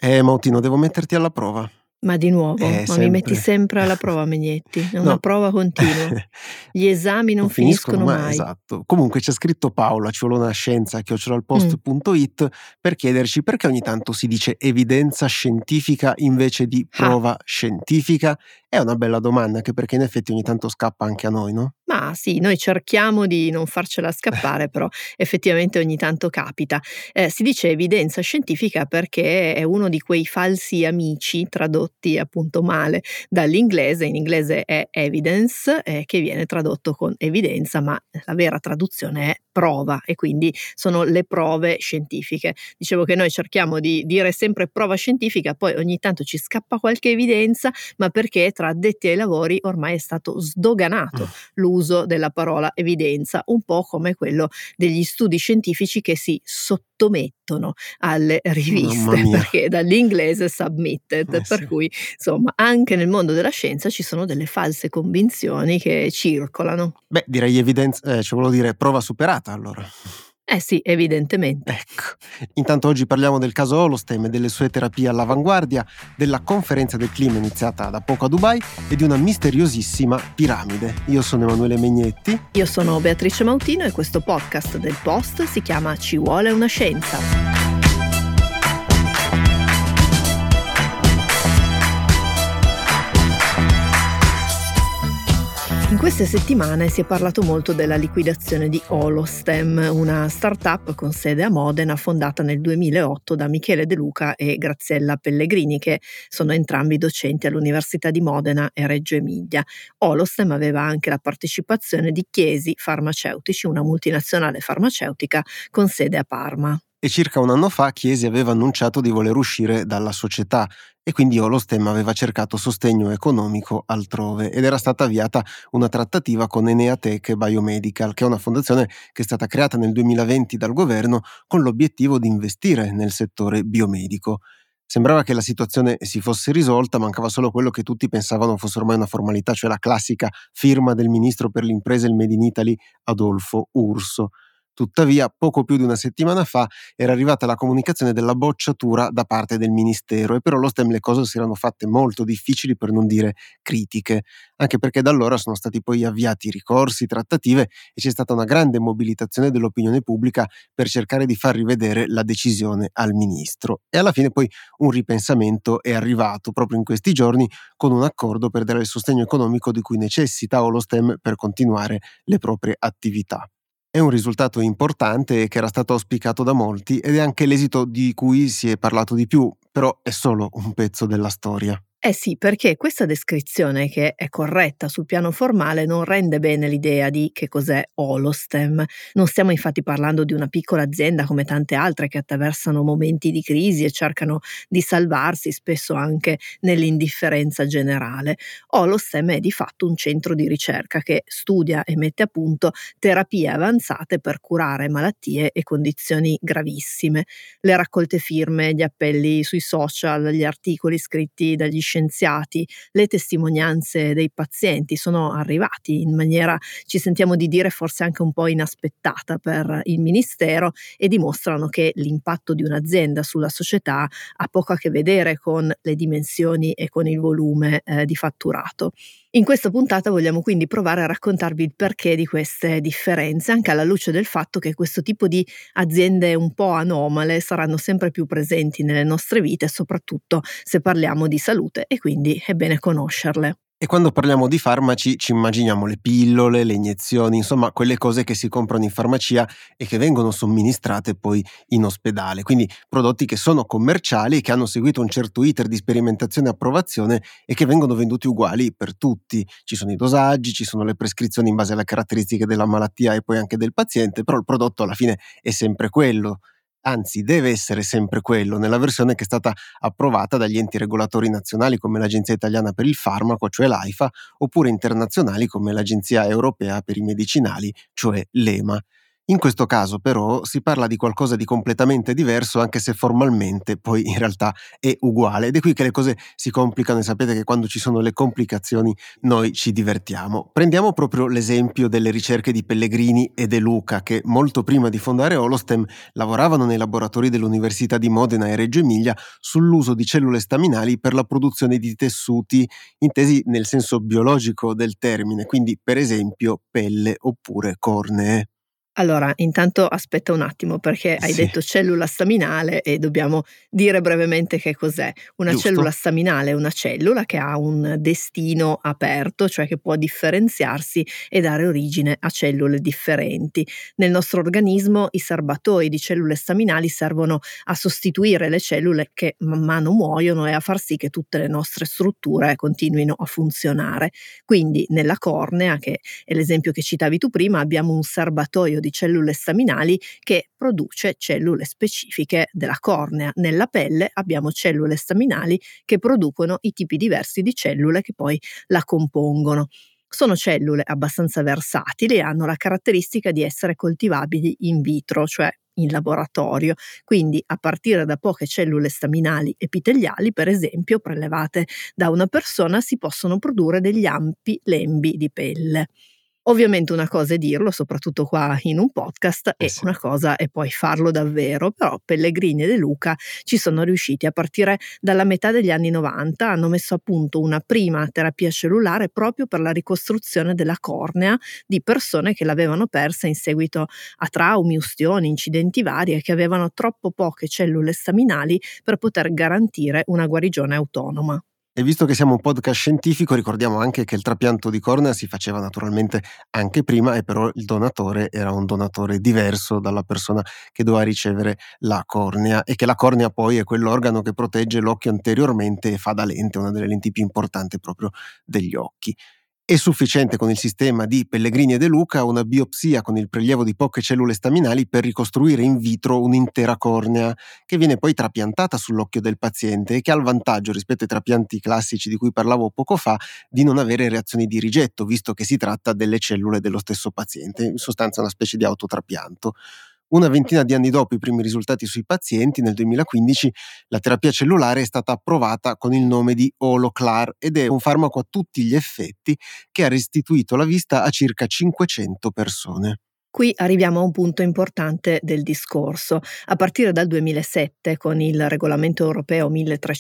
Mautino, devo metterti alla prova. Ma di nuovo? Ma mi metti Sempre. sempre alla prova, Megnetti. È una No. prova continua. Gli esami non finiscono mai. Esatto. Comunque c'è scritto Paola Mh. ciolonascienza@ilpost.it per chiederci perché ogni tanto si dice evidenza scientifica invece di Ah. prova scientifica. È una bella domanda, anche perché in effetti ogni tanto scappa anche a noi, no? Ma sì, noi cerchiamo di non farcela scappare, però effettivamente ogni tanto capita. Si dice evidenza scientifica perché è uno di quei falsi amici, tradotti appunto male dall'inglese. In inglese è evidence, che viene tradotto con evidenza, ma la vera traduzione è prova, e quindi sono le prove scientifiche. Dicevo che noi cerchiamo di dire sempre prova scientifica, poi ogni tanto ci scappa qualche evidenza, ma perché tra addetti ai lavori ormai è stato sdoganato l'uso della parola evidenza, un po' come quello degli studi scientifici che si sottomettono alle Mamma riviste, mia. perché dall'inglese submitted, per Sì. cui insomma anche nel mondo della scienza ci sono delle false convinzioni che circolano. Beh, direi evidenza, volevo dire prova superata allora. Eh sì, evidentemente. Ecco, intanto oggi parliamo del caso Holostem e delle sue terapie all'avanguardia, della conferenza del clima iniziata da poco a Dubai e di una misteriosissima piramide. Io sono Emanuele Megnetti. Io sono Beatrice Mautino e questo podcast del Post si chiama Ci vuole una scienza. In queste settimane si è parlato molto della liquidazione di Holostem, una start-up con sede a Modena fondata nel 2008 da Michele De Luca e Graziella Pellegrini, che sono entrambi docenti all'Università di Modena e Reggio Emilia. Holostem aveva anche la partecipazione di Chiesi Farmaceutici, una multinazionale farmaceutica con sede a Parma. E circa un anno fa Chiesi aveva annunciato di voler uscire dalla società e quindi Holostem aveva cercato sostegno economico altrove ed era stata avviata una trattativa con Eneatech Biomedical, che è una fondazione che è stata creata nel 2020 dal governo con l'obiettivo di investire nel settore biomedico. Sembrava che la situazione si fosse risolta, mancava solo quello che tutti pensavano fosse ormai una formalità, cioè la classica firma del ministro per l'impresa e il Made in Italy Adolfo Urso. Tuttavia, poco più di una settimana fa era arrivata la comunicazione della bocciatura da parte del Ministero e per Holostem le cose si erano fatte molto difficili, per non dire critiche, anche perché da allora sono stati poi avviati ricorsi, trattative e c'è stata una grande mobilitazione dell'opinione pubblica per cercare di far rivedere la decisione al Ministro. E alla fine poi un ripensamento è arrivato proprio in questi giorni con un accordo per dare il sostegno economico di cui necessita Holostem per continuare le proprie attività. È un risultato importante che era stato auspicato da molti ed è anche l'esito di cui si è parlato di più, però è solo un pezzo della storia. Eh sì, perché questa descrizione, che è corretta sul piano formale, non rende bene l'idea di che cos'è Holostem. Non stiamo infatti parlando di una piccola azienda come tante altre che attraversano momenti di crisi e cercano di salvarsi, spesso anche nell'indifferenza generale. Holostem è di fatto un centro di ricerca che studia e mette a punto terapie avanzate per curare malattie e condizioni gravissime. Le raccolte firme, gli appelli sui social, gli articoli scritti dagli scienziati, le testimonianze dei pazienti sono arrivati in maniera, ci sentiamo di dire, forse anche un po' inaspettata per il Ministero e dimostrano che l'impatto di un'azienda sulla società ha poco a che vedere con le dimensioni e con il volume di fatturato. In questa puntata vogliamo quindi provare a raccontarvi il perché di queste differenze, anche alla luce del fatto che questo tipo di aziende un po' anomale saranno sempre più presenti nelle nostre vite, soprattutto se parliamo di salute, e quindi è bene conoscerle. E quando parliamo di farmaci ci immaginiamo le pillole, le iniezioni, insomma quelle cose che si comprano in farmacia e che vengono somministrate poi in ospedale, quindi prodotti che sono commerciali e che hanno seguito un certo iter di sperimentazione e approvazione e che vengono venduti uguali per tutti. Ci sono i dosaggi, ci sono le prescrizioni in base alle caratteristiche della malattia e poi anche del paziente, però il prodotto alla fine è sempre quello. Anzi, deve essere sempre quello, nella versione che è stata approvata dagli enti regolatori nazionali come l'Agenzia Italiana per il Farmaco, cioè l'AIFA, oppure internazionali come l'Agenzia Europea per i Medicinali, cioè l'EMA. In questo caso però si parla di qualcosa di completamente diverso, anche se formalmente poi in realtà è uguale, ed è qui che le cose si complicano e sapete che quando ci sono le complicazioni noi ci divertiamo. Prendiamo proprio l'esempio delle ricerche di Pellegrini e De Luca, che molto prima di fondare Holostem lavoravano nei laboratori dell'Università di Modena e Reggio Emilia sull'uso di cellule staminali per la produzione di tessuti, intesi nel senso biologico del termine, quindi per esempio pelle oppure cornee. Allora, intanto aspetta un attimo perché hai Sì, detto cellula staminale e dobbiamo dire brevemente che cos'è. Una cellula giusto? staminale è una cellula che ha un destino aperto, cioè che può differenziarsi e dare origine a cellule differenti. Nel nostro organismo i serbatoi di cellule staminali servono a sostituire le cellule che man mano muoiono e a far sì che tutte le nostre strutture continuino a funzionare. Quindi nella cornea, che è l'esempio che citavi tu prima, abbiamo un serbatoio di cellule staminali che produce cellule specifiche della cornea. Nella pelle abbiamo cellule staminali che producono i tipi diversi di cellule che poi la compongono. Sono cellule abbastanza versatili e hanno la caratteristica di essere coltivabili in vitro, cioè in laboratorio, quindi a partire da poche cellule staminali epiteliali, per esempio, prelevate da una persona, si possono produrre degli ampi lembi di pelle. Ovviamente una cosa è dirlo, soprattutto qua in un podcast, Eh e sì. una cosa è poi farlo davvero, però Pellegrini e De Luca ci sono riusciti. A partire dalla metà degli anni '90 hanno messo a punto una prima terapia cellulare proprio per la ricostruzione della cornea di persone che l'avevano persa in seguito a traumi, ustioni, incidenti vari e che avevano troppo poche cellule staminali per poter garantire una guarigione autonoma. E visto che siamo un podcast scientifico, ricordiamo anche che il trapianto di cornea si faceva naturalmente anche prima, e però il donatore era un donatore diverso dalla persona che doveva ricevere la cornea, e che la cornea poi è quell'organo che protegge l'occhio anteriormente e fa da lente, una delle lenti più importanti proprio degli occhi. È sufficiente con il sistema di Pellegrini e De Luca una biopsia con il prelievo di poche cellule staminali per ricostruire in vitro un'intera cornea, che viene poi trapiantata sull'occhio del paziente e che ha il vantaggio rispetto ai trapianti classici di cui parlavo poco fa di non avere reazioni di rigetto, visto che si tratta delle cellule dello stesso paziente, in sostanza una specie di autotrapianto. Una ventina di anni dopo i primi risultati sui pazienti, nel 2015, la terapia cellulare è stata approvata con il nome di Holoclar ed è un farmaco a tutti gli effetti che ha restituito la vista a circa 500 persone. Qui arriviamo a un punto importante del discorso. A partire dal 2007, con il regolamento europeo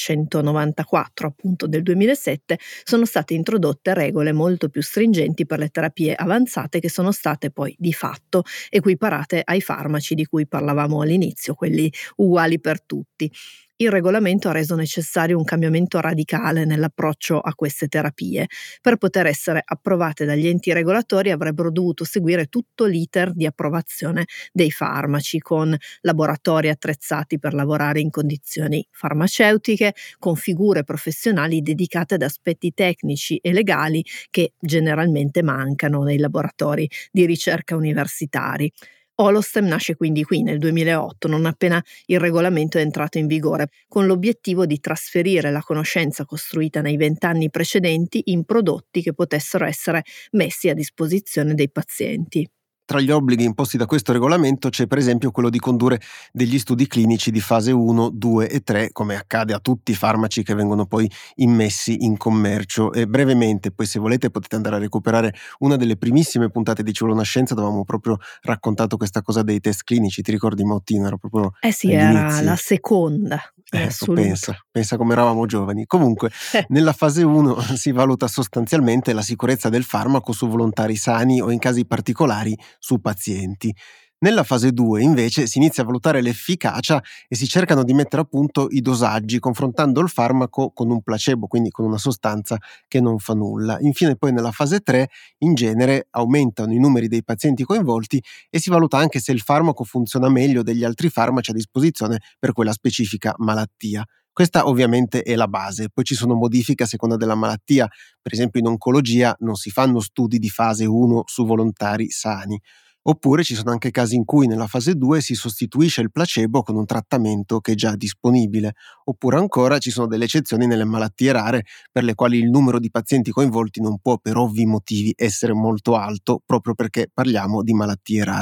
1394, appunto del 2007, sono state introdotte regole molto più stringenti per le terapie avanzate, che sono state poi di fatto equiparate ai farmaci di cui parlavamo all'inizio, quelli uguali per tutti. Il regolamento ha reso necessario un cambiamento radicale nell'approccio a queste terapie. Per poter essere approvate dagli enti regolatori avrebbero dovuto seguire tutto l'iter di approvazione dei farmaci, con laboratori attrezzati per lavorare in condizioni farmaceutiche, con figure professionali dedicate ad aspetti tecnici e legali che generalmente mancano nei laboratori di ricerca universitari. Holostem nasce quindi qui nel 2008, non appena il regolamento è entrato in vigore, con l'obiettivo di trasferire la conoscenza costruita nei 20 anni precedenti in prodotti che potessero essere messi a disposizione dei pazienti. Tra gli obblighi imposti da questo regolamento c'è per esempio quello di condurre degli studi clinici di fase 1, 2 e 3, come accade a tutti i farmaci che vengono poi immessi in commercio. E brevemente, poi se volete potete andare a recuperare una delle primissime puntate di Ci vuole una scienza, dove avevamo proprio raccontato questa cosa dei test clinici. Ti ricordi, Mautino? Era proprio Eh sì, agli era la inizi. seconda in Ecco, assoluto. pensa come eravamo giovani. Comunque, nella fase 1 si valuta sostanzialmente la sicurezza del farmaco su volontari sani o, in casi particolari, su pazienti. Nella fase 2 invece si inizia a valutare l'efficacia e si cercano di mettere a punto i dosaggi, confrontando il farmaco con un placebo, quindi con una sostanza che non fa nulla. Infine poi nella fase 3 in genere aumentano i numeri dei pazienti coinvolti e si valuta anche se il farmaco funziona meglio degli altri farmaci a disposizione per quella specifica malattia. Questa ovviamente è la base, poi ci sono modifiche a seconda della malattia. Per esempio in oncologia non si fanno studi di fase 1 su volontari sani. Oppure ci sono anche casi in cui nella fase 2 si sostituisce il placebo con un trattamento che è già disponibile. Oppure ancora ci sono delle eccezioni nelle malattie rare, per le quali il numero di pazienti coinvolti non può per ovvi motivi essere molto alto, proprio perché parliamo di malattie rare.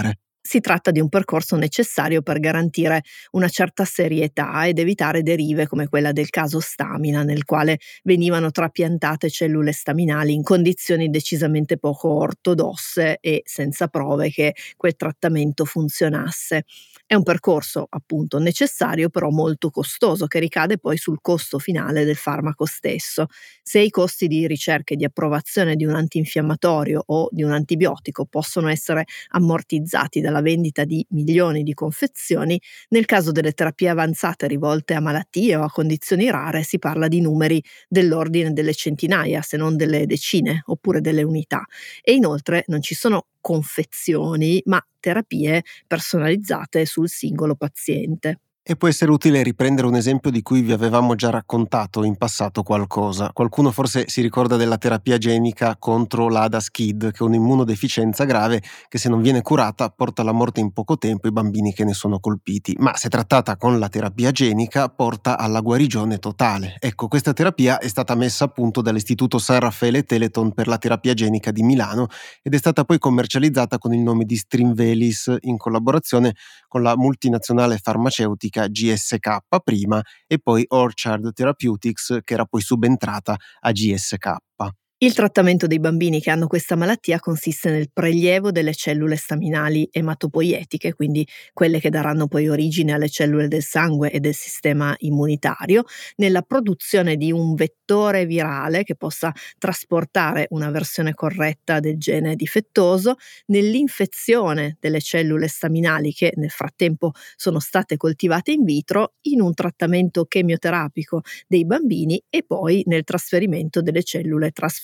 Si tratta di un percorso necessario per garantire una certa serietà ed evitare derive come quella del caso Stamina, nel quale venivano trapiantate cellule staminali in condizioni decisamente poco ortodosse e senza prove che quel trattamento funzionasse. È un percorso appunto necessario, però molto costoso, che ricade poi sul costo finale del farmaco stesso. Se i costi di ricerca e di approvazione di un antinfiammatorio o di un antibiotico possono essere ammortizzati dalla vendita di milioni di confezioni, nel caso delle terapie avanzate rivolte a malattie o a condizioni rare si parla di numeri dell'ordine delle centinaia, se non delle decine, oppure delle unità. E inoltre non ci sono confezioni, ma terapie personalizzate sul singolo paziente. E può essere utile riprendere un esempio di cui vi avevamo già raccontato in passato qualcosa. Qualcuno forse si ricorda della terapia genica contro l'ADA-SCID, che è un'immunodeficienza grave che se non viene curata porta alla morte in poco tempo i bambini che ne sono colpiti. Ma se trattata con la terapia genica porta alla guarigione totale. Ecco, questa terapia è stata messa a punto dall'Istituto San Raffaele Teleton per la terapia genica di Milano ed è stata poi commercializzata con il nome di Strinvelis in collaborazione con la multinazionale farmaceutica GSK prima e poi Orchard Therapeutics, che era poi subentrata a GSK. Il trattamento dei bambini che hanno questa malattia consiste nel prelievo delle cellule staminali ematopoietiche, quindi quelle che daranno poi origine alle cellule del sangue e del sistema immunitario, nella produzione di un vettore virale che possa trasportare una versione corretta del gene difettoso, nell'infezione delle cellule staminali che nel frattempo sono state coltivate in vitro, in un trattamento chemioterapico dei bambini e poi nel trasferimento delle cellule trasformate.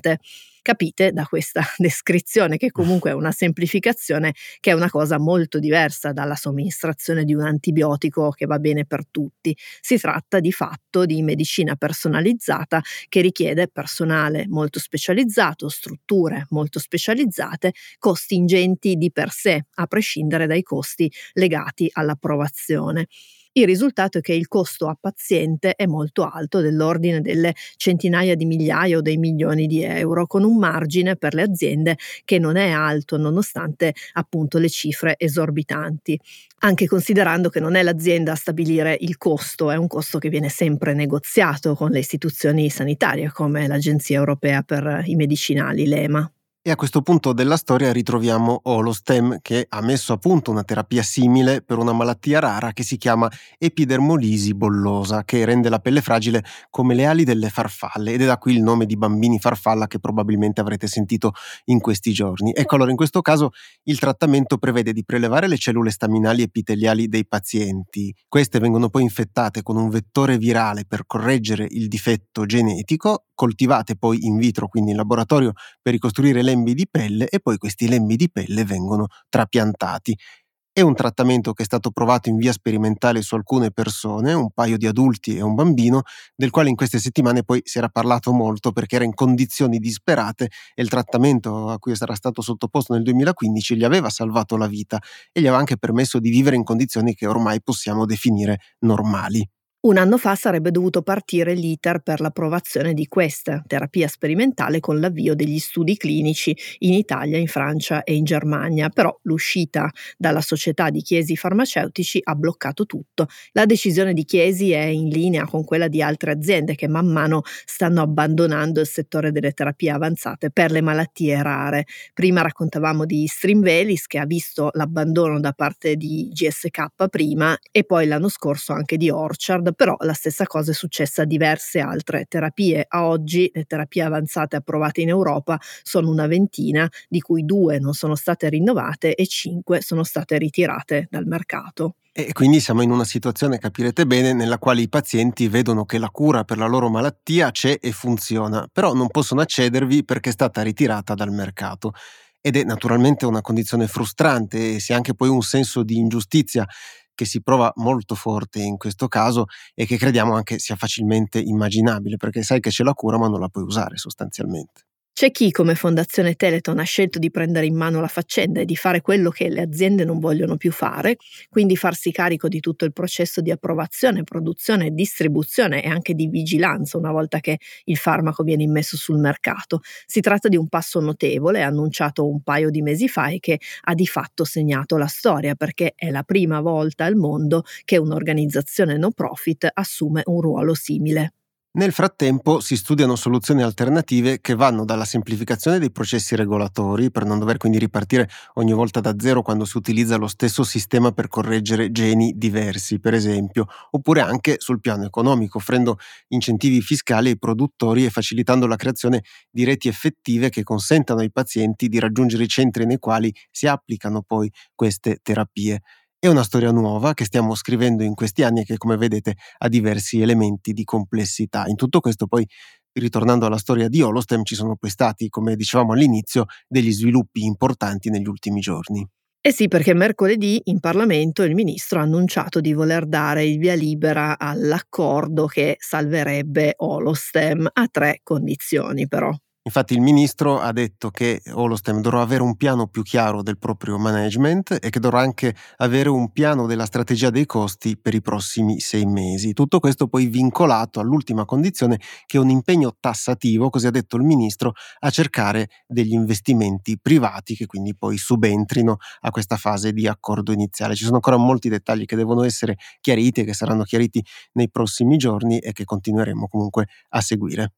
Capite da questa descrizione, che comunque è una semplificazione, che è una cosa molto diversa dalla somministrazione di un antibiotico che va bene per tutti. Si tratta di fatto di medicina personalizzata che richiede personale molto specializzato, strutture molto specializzate, costi ingenti di per sé, a prescindere dai costi legati all'approvazione. Il risultato è che il costo a paziente è molto alto, dell'ordine delle centinaia di migliaia o dei milioni di euro, con un margine per le aziende che non è alto, nonostante appunto le cifre esorbitanti. Anche considerando che non è l'azienda a stabilire il costo, è un costo che viene sempre negoziato con le istituzioni sanitarie, come l'Agenzia Europea per i Medicinali, l'EMA. E a questo punto della storia ritroviamo Holostem, che ha messo a punto una terapia simile per una malattia rara che si chiama epidermolisi bollosa, che rende la pelle fragile come le ali delle farfalle, ed è da qui il nome di bambini farfalla che probabilmente avrete sentito in questi giorni. Ecco, allora in questo caso il trattamento prevede di prelevare le cellule staminali epiteliali dei pazienti. Queste vengono poi infettate con un vettore virale per correggere il difetto genetico, coltivate poi in vitro, quindi in laboratorio, per ricostruire lembi di pelle, e poi questi lembi di pelle vengono trapiantati. È un trattamento che è stato provato in via sperimentale su alcune persone, un paio di adulti e un bambino, del quale in queste settimane poi si era parlato molto perché era in condizioni disperate e il trattamento a cui sarà stato sottoposto nel 2015 gli aveva salvato la vita e gli aveva anche permesso di vivere in condizioni che ormai possiamo definire normali. Un anno fa sarebbe dovuto partire l'iter per l'approvazione di questa terapia sperimentale con l'avvio degli studi clinici in Italia, in Francia e in Germania, però l'uscita dalla società di Chiesi Farmaceutici ha bloccato tutto. La decisione di Chiesi è in linea con quella di altre aziende che man mano stanno abbandonando il settore delle terapie avanzate per le malattie rare. Prima raccontavamo di Strinvelis, che ha visto l'abbandono da parte di GSK prima, e poi l'anno scorso anche di Orchard, però la stessa cosa è successa a diverse altre terapie. A oggi le terapie avanzate approvate in Europa sono una ventina, di cui 2 non sono state rinnovate e 5 sono state ritirate dal mercato. E quindi siamo in una situazione, capirete bene, nella quale i pazienti vedono che la cura per la loro malattia c'è e funziona, però non possono accedervi perché è stata ritirata dal mercato. Ed è naturalmente una condizione frustrante e si ha anche poi un senso di ingiustizia che si prova molto forte in questo caso e che crediamo anche sia facilmente immaginabile, perché sai che c'è la cura ma non la puoi usare sostanzialmente. C'è chi, come Fondazione Teleton, ha scelto di prendere in mano la faccenda e di fare quello che le aziende non vogliono più fare, quindi farsi carico di tutto il processo di approvazione, produzione, distribuzione e anche di vigilanza una volta che il farmaco viene immesso sul mercato. Si tratta di un passo notevole, annunciato un paio di mesi fa e che ha di fatto segnato la storia, perché è la prima volta al mondo che un'organizzazione no profit assume un ruolo simile. Nel frattempo si studiano soluzioni alternative che vanno dalla semplificazione dei processi regolatori per non dover quindi ripartire ogni volta da zero quando si utilizza lo stesso sistema per correggere geni diversi, per esempio, oppure anche sul piano economico, offrendo incentivi fiscali ai produttori e facilitando la creazione di reti effettive che consentano ai pazienti di raggiungere i centri nei quali si applicano poi queste terapie. È una storia nuova che stiamo scrivendo in questi anni e che, come vedete, ha diversi elementi di complessità. In tutto questo, poi, ritornando alla storia di Holostem, ci sono poi stati, come dicevamo all'inizio, degli sviluppi importanti negli ultimi giorni. Eh sì, perché mercoledì in Parlamento il ministro ha annunciato di voler dare il via libera all'accordo che salverebbe Holostem a 3 condizioni però. Infatti il ministro ha detto che Holostem dovrà avere un piano più chiaro del proprio management e che dovrà anche avere un piano della strategia dei costi per i prossimi 6 mesi. Tutto questo poi vincolato all'ultima condizione, che è un impegno tassativo, così ha detto il ministro, a cercare degli investimenti privati che quindi poi subentrino a questa fase di accordo iniziale. Ci sono ancora molti dettagli che devono essere chiariti e che saranno chiariti nei prossimi giorni e che continueremo comunque a seguire.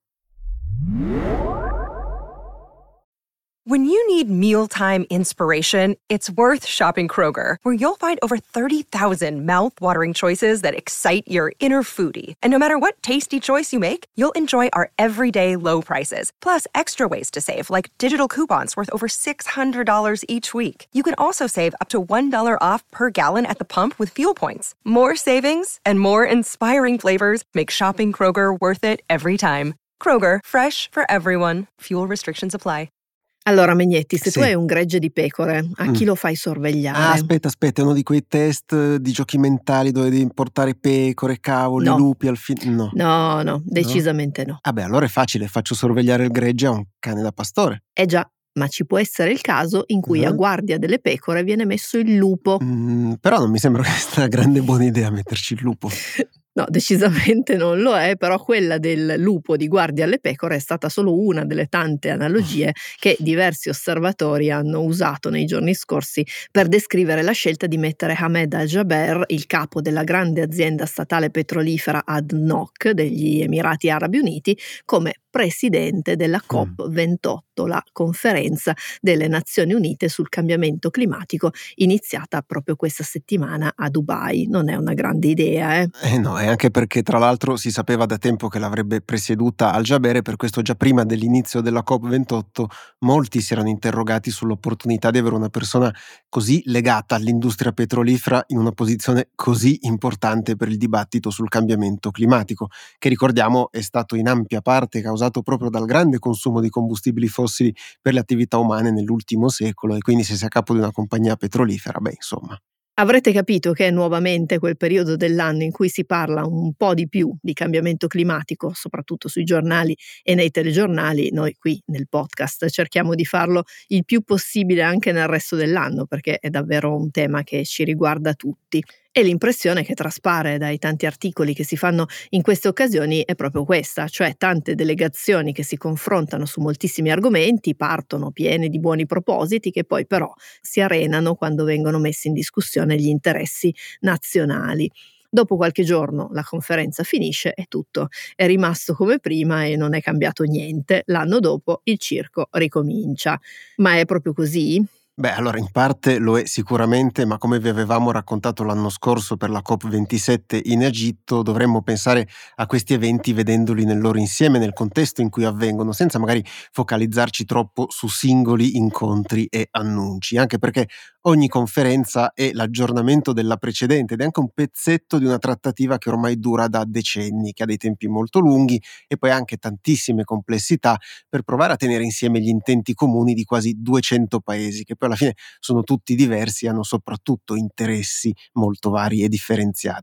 When you need mealtime inspiration, it's worth shopping Kroger, where you'll find over 30,000 mouth-watering choices that excite your inner foodie. And no matter what tasty choice you make, you'll enjoy our everyday low prices, plus extra ways to save, like digital coupons worth over $600 each week. You can also save up to $1 off per gallon at the pump with fuel points. More savings and more inspiring flavors make shopping Kroger worth it every time. Kroger, fresh for everyone. Fuel restrictions apply. Allora Megnetti, se tu Sì. hai un gregge di pecore, a chi lo fai Ah, sorvegliare? aspetta, è uno di quei test di giochi mentali dove devi portare pecore, cavoli, No. lupi no. No, No? decisamente no. Ah beh, allora è facile, faccio sorvegliare il gregge a un cane da pastore. Eh già, ma ci può essere il caso in cui a Ah. guardia delle pecore viene messo il lupo. Però non mi sembra questa una grande buona idea metterci il lupo. No, decisamente non lo è, però quella del lupo di guardia alle pecore è stata solo una delle tante analogie che diversi osservatori hanno usato nei giorni scorsi per descrivere la scelta di mettere Ahmed Al-Jaber, il capo della grande azienda statale petrolifera ADNOC degli Emirati Arabi Uniti, come presidente della COP28, la conferenza delle Nazioni Unite sul cambiamento climatico, iniziata proprio questa settimana a Dubai. Non è una grande idea, No, e anche perché tra l'altro si sapeva da tempo che l'avrebbe presieduta Al-Jaber e per questo già prima dell'inizio della COP28 molti si erano interrogati sull'opportunità di avere una persona così legata all'industria petrolifera in una posizione così importante per il dibattito sul cambiamento climatico, che ricordiamo è stato in ampia parte causato proprio dal grande consumo di combustibili fossili per le attività umane nell'ultimo secolo, e quindi se sei a capo di una compagnia petrolifera, beh insomma. Avrete capito che è nuovamente quel periodo dell'anno in cui si parla un po' di più di cambiamento climatico, soprattutto sui giornali e nei telegiornali. Noi qui nel podcast cerchiamo di farlo il più possibile anche nel resto dell'anno, perché è davvero un tema che ci riguarda tutti. E l'impressione che traspare dai tanti articoli che si fanno in queste occasioni è proprio questa, cioè tante delegazioni che si confrontano su moltissimi argomenti, partono piene di buoni propositi che poi però si arenano quando vengono messi in discussione gli interessi nazionali. Dopo qualche giorno la conferenza finisce e tutto è rimasto come prima e non è cambiato niente. L'anno dopo il circo ricomincia. Ma è proprio così? Beh, allora in parte lo è sicuramente, ma come vi avevamo raccontato l'anno scorso per la COP27 in Egitto, dovremmo pensare a questi eventi vedendoli nel loro insieme, nel contesto in cui avvengono, senza magari focalizzarci troppo su singoli incontri e annunci, anche perché ogni conferenza è l'aggiornamento della precedente ed è anche un pezzetto di una trattativa che ormai dura da decenni, che ha dei tempi molto lunghi e poi anche tantissime complessità per provare a tenere insieme gli intenti comuni di quasi 200 paesi, che poi alla fine sono tutti diversi e hanno soprattutto interessi molto vari e differenziati.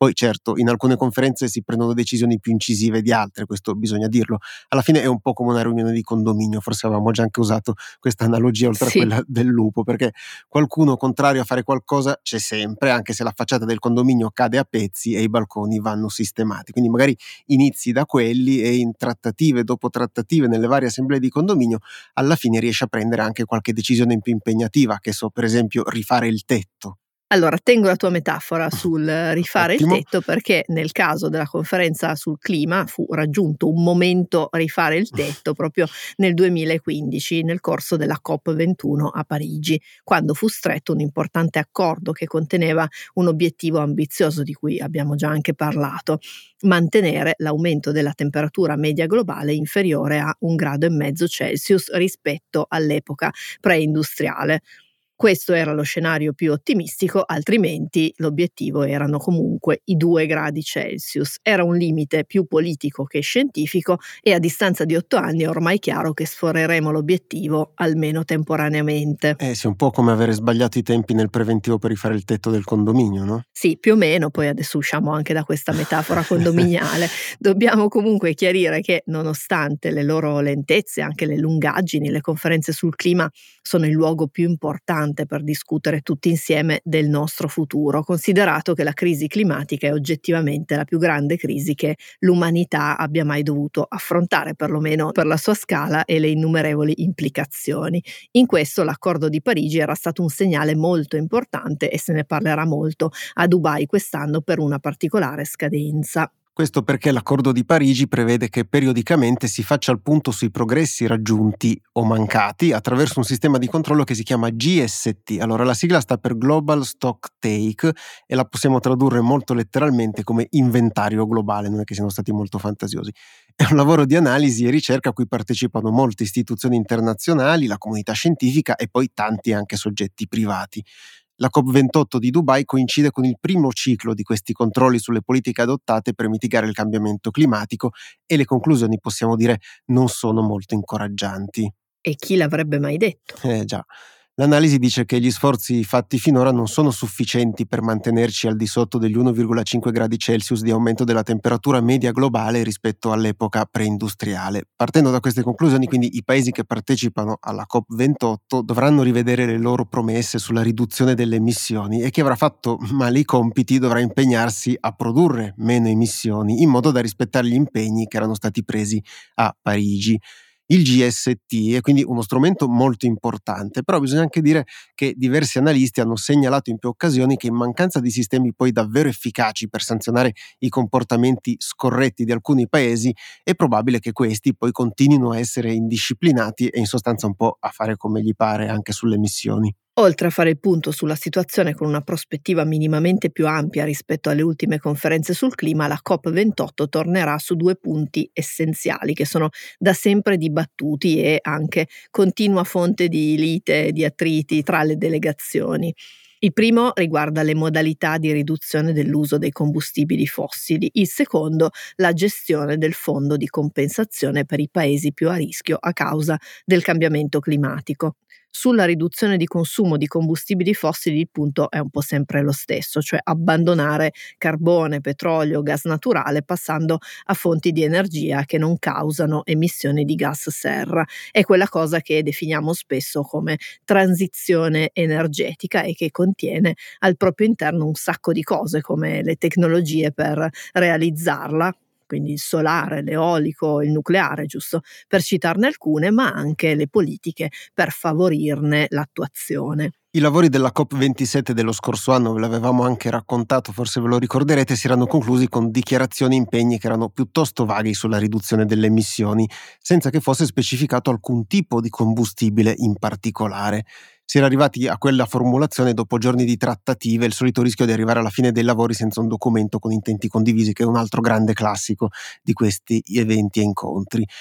Poi certo, in alcune conferenze si prendono decisioni più incisive di altre, questo bisogna dirlo. Alla fine è un po' come una riunione di condominio, forse avevamo già anche usato questa analogia oltre a Sì. quella del lupo, perché qualcuno contrario a fare qualcosa c'è sempre, anche se la facciata del condominio cade a pezzi e i balconi vanno sistemati. Quindi magari inizi da quelli e in trattative dopo trattative nelle varie assemblee di condominio alla fine riesci a prendere anche qualche decisione più impegnativa, che so, per esempio rifare il tetto. Allora, tengo la tua metafora sul rifare il Ottimo. tetto, perché nel caso della conferenza sul clima fu raggiunto un momento rifare il tetto proprio nel 2015 nel corso della COP21 a Parigi, quando fu stretto un importante accordo che conteneva un obiettivo ambizioso di cui abbiamo già anche parlato: mantenere l'aumento della temperatura media globale inferiore a 1,5 gradi Celsius rispetto all'epoca preindustriale. Questo era lo scenario più ottimistico, altrimenti l'obiettivo erano comunque i 2 gradi Celsius. Era un limite più politico che scientifico e a distanza di 8 anni è ormai chiaro che sforeremo l'obiettivo, almeno temporaneamente. Sì, è un po' come avere sbagliato i tempi nel preventivo per rifare il tetto del condominio, no? Sì, più o meno, poi adesso usciamo anche da questa metafora condominiale. Dobbiamo comunque chiarire che, nonostante le loro lentezze, anche le lungaggini, le conferenze sul clima sono il luogo più importante per discutere tutti insieme del nostro futuro, considerato che la crisi climatica è oggettivamente la più grande crisi che l'umanità abbia mai dovuto affrontare, perlomeno per la sua scala e le innumerevoli implicazioni. In questo l'accordo di Parigi era stato un segnale molto importante e se ne parlerà molto a Dubai quest'anno per una particolare scadenza. Questo perché l'accordo di Parigi prevede che periodicamente si faccia il punto sui progressi raggiunti o mancati attraverso un sistema di controllo che si chiama GST. Allora, la sigla sta per Global Stock Take e la possiamo tradurre molto letteralmente come inventario globale, non è che siano stati molto fantasiosi. È un lavoro di analisi e ricerca a cui partecipano molte istituzioni internazionali, la comunità scientifica e poi tanti anche soggetti privati. La COP28 di Dubai coincide con il primo ciclo di questi controlli sulle politiche adottate per mitigare il cambiamento climatico e le conclusioni, possiamo dire, non sono molto incoraggianti. E chi l'avrebbe mai detto? Già. L'analisi dice che gli sforzi fatti finora non sono sufficienti per mantenerci al di sotto degli 1,5 gradi Celsius di aumento della temperatura media globale rispetto all'epoca preindustriale. Partendo da queste conclusioni, quindi, i paesi che partecipano alla COP28 dovranno rivedere le loro promesse sulla riduzione delle emissioni e chi avrà fatto male i compiti dovrà impegnarsi a produrre meno emissioni in modo da rispettare gli impegni che erano stati presi a Parigi. Il GST è quindi uno strumento molto importante, però bisogna anche dire che diversi analisti hanno segnalato in più occasioni che in mancanza di sistemi poi davvero efficaci per sanzionare i comportamenti scorretti di alcuni paesi, è probabile che questi poi continuino a essere indisciplinati e in sostanza un po' a fare come gli pare anche sulle emissioni. Oltre a fare il punto sulla situazione con una prospettiva minimamente più ampia rispetto alle ultime conferenze sul clima, la COP28 tornerà su 2 punti essenziali che sono da sempre dibattuti e anche continua fonte di lite e di attriti tra le delegazioni. Il primo riguarda le modalità di riduzione dell'uso dei combustibili fossili, il secondo la gestione del fondo di compensazione per i paesi più a rischio a causa del cambiamento climatico. Sulla riduzione di consumo di combustibili fossili il punto è un po' sempre lo stesso, cioè abbandonare carbone, petrolio, gas naturale passando a fonti di energia che non causano emissioni di gas serra. È quella cosa che definiamo spesso come transizione energetica e che contiene al proprio interno un sacco di cose come le tecnologie per realizzarla, quindi il solare, l'eolico, il nucleare, giusto per citarne alcune, ma anche le politiche per favorirne l'attuazione. I lavori della COP27 dello scorso anno, ve l'avevamo anche raccontato, forse ve lo ricorderete, si erano conclusi con dichiarazioni e impegni che erano piuttosto vaghi sulla riduzione delle emissioni, senza che fosse specificato alcun tipo di combustibile in particolare. Si era arrivati a quella formulazione dopo giorni di trattative, il solito rischio di arrivare alla fine dei lavori senza un documento con intenti condivisi, che è un altro grande classico di questi eventi e incontri.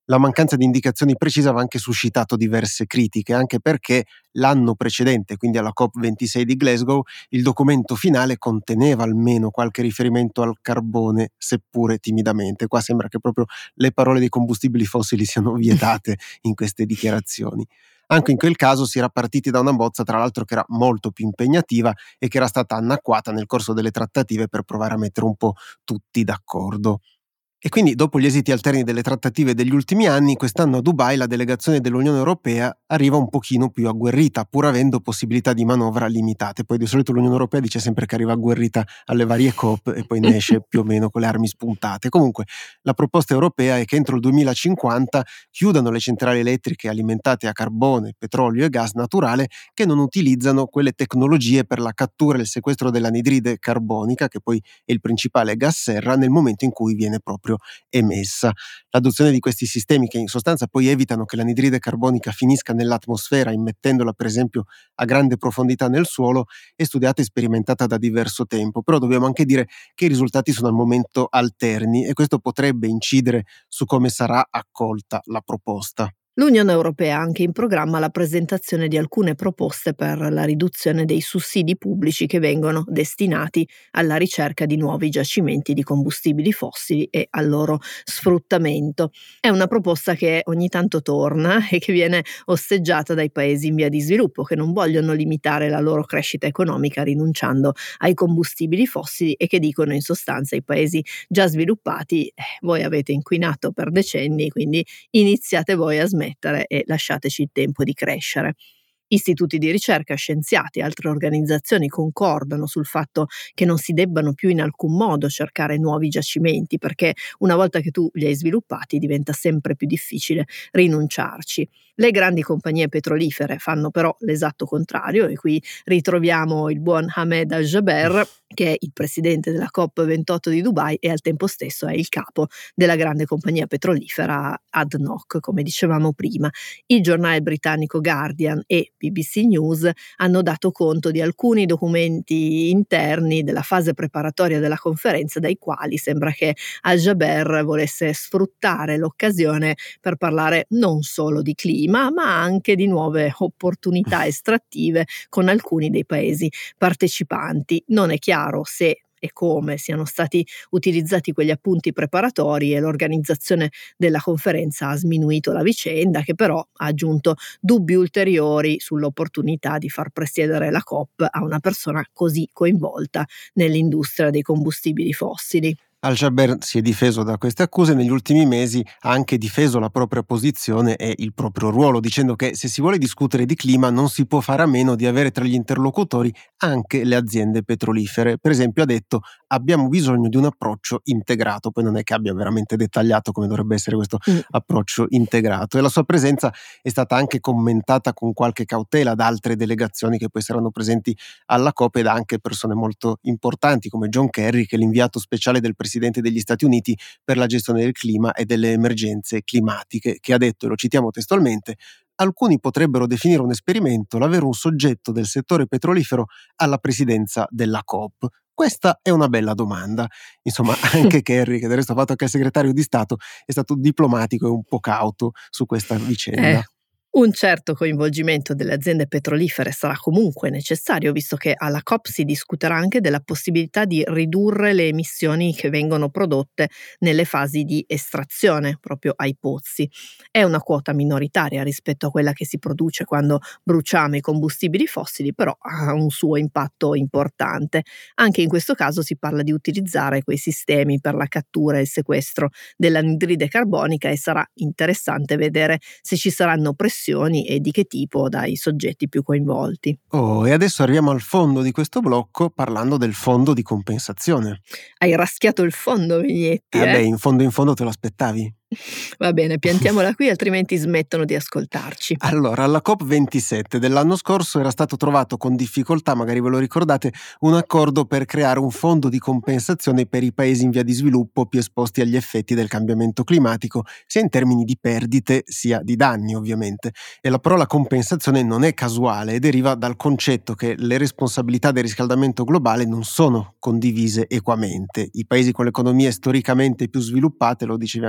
La mancanza di indicazioni precise aveva anche suscitato diverse critiche, anche perché l'anno precedente, quindi alla COP26 di Glasgow, il documento finale conteneva almeno qualche riferimento al carbone, seppure timidamente. Qua sembra che proprio le parole dei combustibili fossili siano vietate in queste dichiarazioni. Anche in quel caso si era partiti da una bozza, tra l'altro, che era molto più impegnativa e che era stata annacquata nel corso delle trattative per provare a mettere un po' tutti d'accordo. E quindi, dopo gli esiti alterni delle trattative degli ultimi anni, quest'anno a Dubai la delegazione dell'Unione Europea arriva un pochino più agguerrita, pur avendo possibilità di manovra limitate. Poi di solito l'Unione Europea dice sempre che arriva agguerrita alle varie COP e poi ne esce più o meno con le armi spuntate. Comunque, la proposta europea è che entro il 2050 chiudano le centrali elettriche alimentate a carbone, petrolio e gas naturale che non utilizzano quelle tecnologie per la cattura e il sequestro dell'anidride carbonica, che poi è il principale gas serra, nel momento in cui viene proprio emessa. L'adozione di questi sistemi, che in sostanza poi evitano che l'anidride carbonica finisca nell'atmosfera, immettendola per esempio a grande profondità nel suolo, è studiata e sperimentata da diverso tempo, però dobbiamo anche dire che i risultati sono al momento alterni e questo potrebbe incidere su come sarà accolta la proposta. L'Unione Europea ha anche in programma la presentazione di alcune proposte per la riduzione dei sussidi pubblici che vengono destinati alla ricerca di nuovi giacimenti di combustibili fossili e al loro sfruttamento. È una proposta che ogni tanto torna e che viene osteggiata dai paesi in via di sviluppo, che non vogliono limitare la loro crescita economica rinunciando ai combustibili fossili e che dicono in sostanza ai paesi già sviluppati: voi avete inquinato per decenni, quindi iniziate voi a smettere e lasciateci il tempo di crescere. Istituti di ricerca, scienziati e altre organizzazioni concordano sul fatto che non si debbano più in alcun modo cercare nuovi giacimenti, perché una volta che tu li hai sviluppati diventa sempre più difficile rinunciarci. Le grandi compagnie petrolifere fanno però l'esatto contrario e qui ritroviamo il buon Ahmed Al-Jaber, che è il presidente della COP28 di Dubai e al tempo stesso è il capo della grande compagnia petrolifera ADNOC, come dicevamo prima. Il giornale britannico Guardian e BBC News hanno dato conto di alcuni documenti interni della fase preparatoria della conferenza, dai quali sembra che Al-Jaber volesse sfruttare l'occasione per parlare non solo di clima, ma anche di nuove opportunità estrattive con alcuni dei paesi partecipanti. Non è chiaro se e come siano stati utilizzati quegli appunti preparatori e l'organizzazione della conferenza ha sminuito la vicenda, che però ha aggiunto dubbi ulteriori sull'opportunità di far presiedere la COP a una persona così coinvolta nell'industria dei combustibili fossili. Al-Jaber si è difeso da queste accuse e negli ultimi mesi ha anche difeso la propria posizione e il proprio ruolo, dicendo che se si vuole discutere di clima non si può fare a meno di avere tra gli interlocutori anche le aziende petrolifere. Per esempio ha detto: abbiamo bisogno di un approccio integrato. Poi non è che abbia veramente dettagliato come dovrebbe essere questo approccio integrato, e la sua presenza è stata anche commentata con qualche cautela da altre delegazioni che poi saranno presenti alla COP e da anche persone molto importanti come John Kerry, che è l'inviato speciale del Presidente degli Stati Uniti per la gestione del clima e delle emergenze climatiche, che ha detto, e lo citiamo testualmente: alcuni potrebbero definire un esperimento l'avere un soggetto del settore petrolifero alla presidenza della COP. Questa è una bella domanda. Insomma, anche Kerry, che del resto ha fatto anche il segretario di Stato, è stato diplomatico e un po' cauto su questa vicenda. Un certo coinvolgimento delle aziende petrolifere sarà comunque necessario, visto che alla COP si discuterà anche della possibilità di ridurre le emissioni che vengono prodotte nelle fasi di estrazione, proprio ai pozzi. È una quota minoritaria rispetto a quella che si produce quando bruciamo i combustibili fossili, però ha un suo impatto importante. Anche in questo caso si parla di utilizzare quei sistemi per la cattura e il sequestro dell'anidride carbonica e sarà interessante vedere se ci saranno pressioni e di che tipo dai soggetti più coinvolti. E adesso arriviamo al fondo di questo blocco, parlando del fondo di compensazione. Hai raschiato il fondo, Vignetti, Beh, in fondo te lo aspettavi? Va bene, piantiamola qui, altrimenti smettono di ascoltarci. Allora, alla COP27 dell'anno scorso era stato trovato con difficoltà, magari ve lo ricordate, un accordo per creare un fondo di compensazione per i paesi in via di sviluppo più esposti agli effetti del cambiamento climatico, sia in termini di perdite sia di danni, ovviamente. E la parola compensazione non è casuale e deriva dal concetto che le responsabilità del riscaldamento globale non sono condivise equamente. I paesi con le economie storicamente più sviluppate, lo dicevi anche tu prima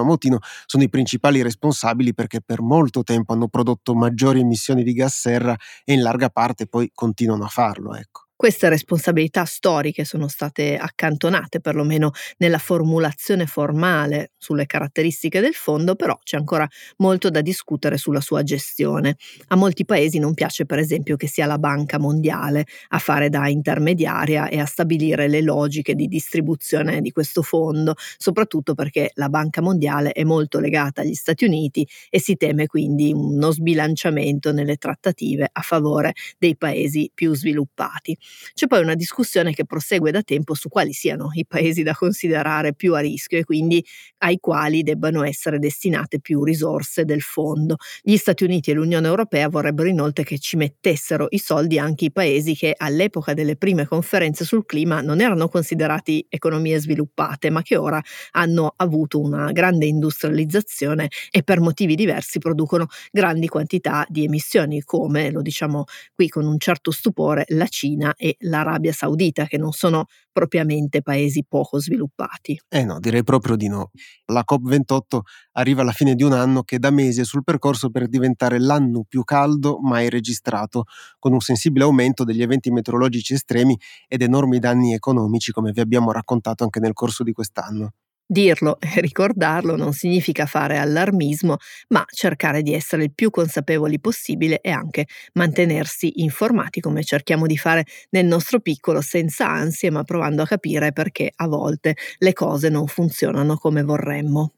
Mautino, sono i principali responsabili perché per molto tempo hanno prodotto maggiori emissioni di gas serra e in larga parte poi continuano a farlo, ecco. Queste responsabilità storiche sono state accantonate, perlomeno nella formulazione formale sulle caratteristiche del fondo, però c'è ancora molto da discutere sulla sua gestione. A molti paesi non piace, per esempio, che sia la Banca Mondiale a fare da intermediaria e a stabilire le logiche di distribuzione di questo fondo, soprattutto perché la Banca Mondiale è molto legata agli Stati Uniti e si teme quindi uno sbilanciamento nelle trattative a favore dei paesi più sviluppati. C'è poi una discussione che prosegue da tempo su quali siano i paesi da considerare più a rischio e quindi ai quali debbano essere destinate più risorse del fondo. Gli Stati Uniti e l'Unione Europea vorrebbero inoltre che ci mettessero i soldi anche i paesi che all'epoca delle prime conferenze sul clima non erano considerati economie sviluppate, ma che ora hanno avuto una grande industrializzazione e per motivi diversi producono grandi quantità di emissioni, come, lo diciamo qui con un certo stupore, la Cina e l'Arabia Saudita, che non sono propriamente paesi poco sviluppati. No, direi proprio di no. La COP28 arriva alla fine di un anno che da mesi è sul percorso per diventare l'anno più caldo mai registrato, con un sensibile aumento degli eventi meteorologici estremi ed enormi danni economici, come vi abbiamo raccontato anche nel corso di quest'anno. Dirlo e ricordarlo non significa fare allarmismo, ma cercare di essere il più consapevoli possibile e anche mantenersi informati, come cerchiamo di fare nel nostro piccolo, senza ansie, ma provando a capire perché a volte le cose non funzionano come vorremmo.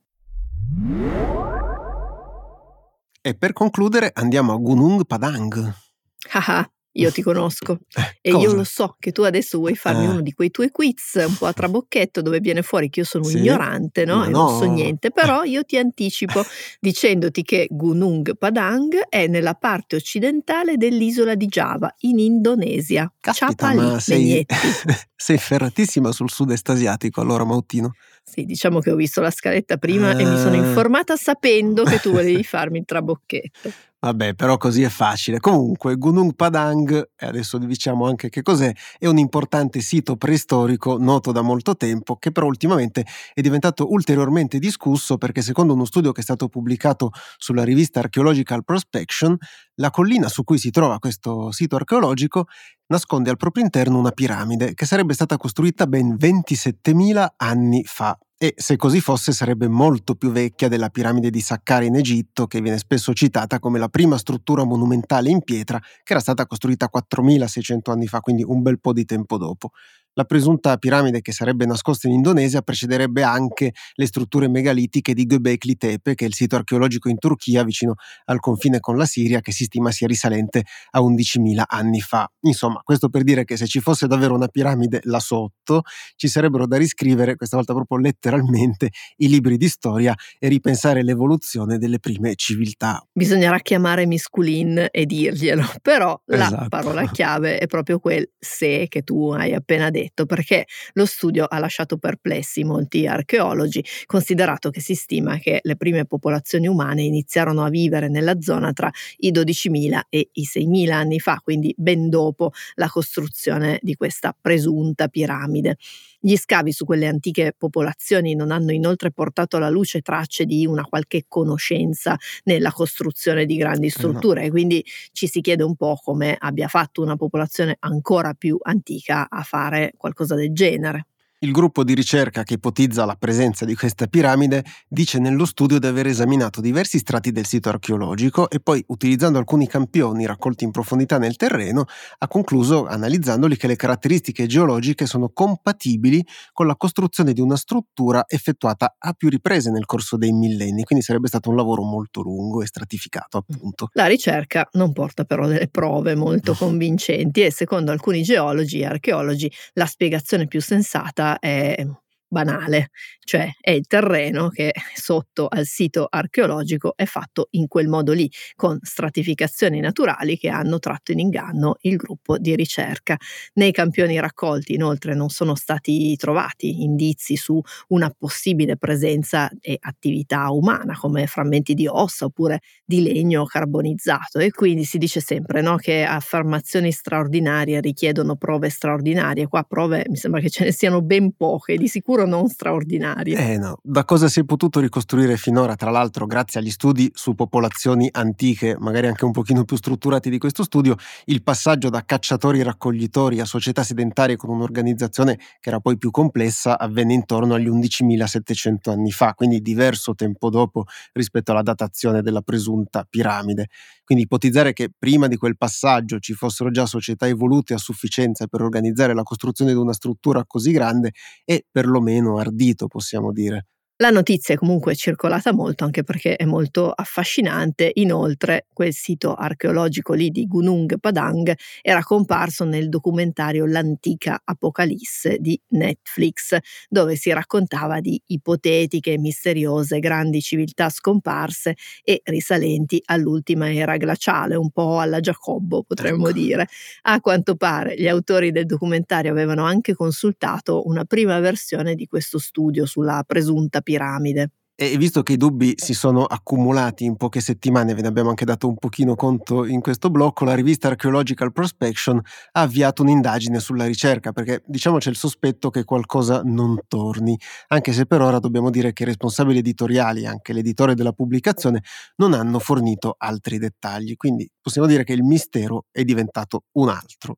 E per concludere andiamo a Gunung Padang. Ah, io ti conosco e Cosa? io lo so che tu adesso vuoi farmi uno di quei tuoi quiz un po' a trabocchetto dove viene fuori che io sono Sì? ignorante, no? Ma E non so no. niente, però io ti anticipo dicendoti che Gunung Padang è nella parte occidentale dell'isola di Giava, in Indonesia. Caspita, Ciapa lì, ma sei Megnetti. sei ferratissima sul sud-est asiatico allora, Mautino. Sì, diciamo che ho visto la scaletta prima e mi sono informata sapendo che tu volevi farmi il trabocchetto. Vabbè, però così è facile. Comunque, Gunung Padang, e adesso vi diciamo anche che cos'è, è un importante sito preistorico noto da molto tempo, che però ultimamente è diventato ulteriormente discusso perché secondo uno studio che è stato pubblicato sulla rivista Archaeological Prospection, la collina su cui si trova questo sito archeologico nasconde al proprio interno una piramide che sarebbe stata costruita ben 27.000 anni fa. E se così fosse sarebbe molto più vecchia della piramide di Saqqara in Egitto, che viene spesso citata come la prima struttura monumentale in pietra che era stata costruita 4.600 anni fa, quindi un bel po' di tempo dopo. La presunta piramide che sarebbe nascosta in Indonesia precederebbe anche le strutture megalitiche di Göbekli Tepe, che è il sito archeologico in Turchia vicino al confine con la Siria, che si stima sia risalente a 11.000 anni fa. Insomma, questo per dire che se ci fosse davvero una piramide là sotto, ci sarebbero da riscrivere, questa volta proprio letteralmente, i libri di storia e ripensare l'evoluzione delle prime civiltà. Bisognerà chiamare Misculin e dirglielo, però la Esatto. parola chiave è proprio quel "se" che tu hai appena detto, perché lo studio ha lasciato perplessi molti archeologi, considerato che si stima che le prime popolazioni umane iniziarono a vivere nella zona tra i 12.000 e i 6.000 anni fa, quindi ben dopo la costruzione di questa presunta piramide. Gli scavi su quelle antiche popolazioni non hanno inoltre portato alla luce tracce di una qualche conoscenza nella costruzione di grandi strutture, e quindi ci si chiede un po' come abbia fatto una popolazione ancora più antica a fare qualcosa del genere. Il gruppo di ricerca che ipotizza la presenza di questa piramide dice nello studio di aver esaminato diversi strati del sito archeologico e poi, utilizzando alcuni campioni raccolti in profondità nel terreno, ha concluso, analizzandoli, che le caratteristiche geologiche sono compatibili con la costruzione di una struttura effettuata a più riprese nel corso dei millenni, quindi sarebbe stato un lavoro molto lungo e stratificato, appunto. La ricerca non porta però delle prove molto convincenti e secondo alcuni geologi e archeologi la spiegazione più sensata è banale, cioè è il terreno che sotto al sito archeologico è fatto in quel modo lì, con stratificazioni naturali che hanno tratto in inganno il gruppo di ricerca. Nei campioni raccolti inoltre non sono stati trovati indizi su una possibile presenza e attività umana, come frammenti di ossa oppure di legno carbonizzato, e quindi si dice sempre, no, che affermazioni straordinarie richiedono prove straordinarie. Qua prove mi sembra che ce ne siano ben poche, di sicuro sicuro non straordinarie. No, da cosa si è potuto ricostruire finora, tra l'altro grazie agli studi su popolazioni antiche, magari anche un pochino più strutturati di questo studio, il passaggio da cacciatori-raccoglitori a società sedentarie con un'organizzazione che era poi più complessa avvenne intorno agli 11.700 anni fa, quindi diverso tempo dopo rispetto alla datazione della presunta piramide. Quindi ipotizzare che prima di quel passaggio ci fossero già società evolute a sufficienza per organizzare la costruzione di una struttura così grande è perlomeno ardito, possiamo dire. La notizia è comunque circolata molto, anche perché è molto affascinante. Inoltre, quel sito archeologico lì di Gunung Padang era comparso nel documentario L'antica Apocalisse di Netflix, dove si raccontava di ipotetiche e misteriose grandi civiltà scomparse e risalenti all'ultima era glaciale, un po' alla Giacobbo, potremmo dire. A quanto pare gli autori del documentario avevano anche consultato una prima versione di questo studio sulla presunta piramide. E visto che i dubbi si sono accumulati in poche settimane, ve ne abbiamo anche dato un pochino conto in questo blocco, la rivista Archaeological Prospection ha avviato un'indagine sulla ricerca, perché diciamo c'è il sospetto che qualcosa non torni, anche se per ora dobbiamo dire che i responsabili editoriali, anche l'editore della pubblicazione, non hanno fornito altri dettagli, quindi possiamo dire che il mistero è diventato un altro.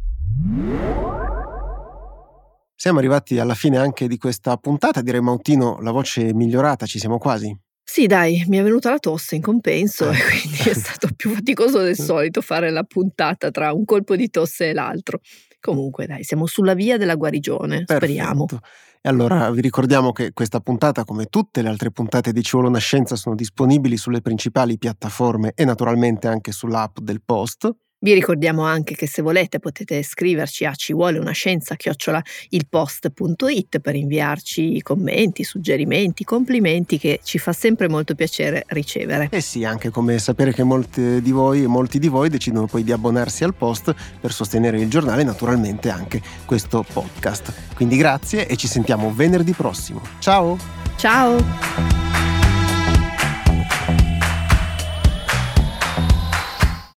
Siamo arrivati alla fine anche di questa puntata, direi Mautino, la voce è migliorata, ci siamo quasi. Sì, dai, mi è venuta la tosse in compenso e quindi è stato più faticoso del solito fare la puntata tra un colpo di tosse e l'altro. Comunque dai, siamo sulla via della guarigione, speriamo. Perfetto. E allora vi ricordiamo che questa puntata, come tutte le altre puntate di Ci vuole una scienza, sono disponibili sulle principali piattaforme e naturalmente anche sull'app del Post. Vi ricordiamo anche che se volete potete scriverci a civuoleunascienza@ilpost.it per inviarci commenti, suggerimenti, complimenti che ci fa sempre molto piacere ricevere. E sì, anche come sapere che molti di voi decidono poi di abbonarsi al Post per sostenere il giornale e naturalmente anche questo podcast. Quindi grazie e ci sentiamo venerdì prossimo. Ciao! Ciao!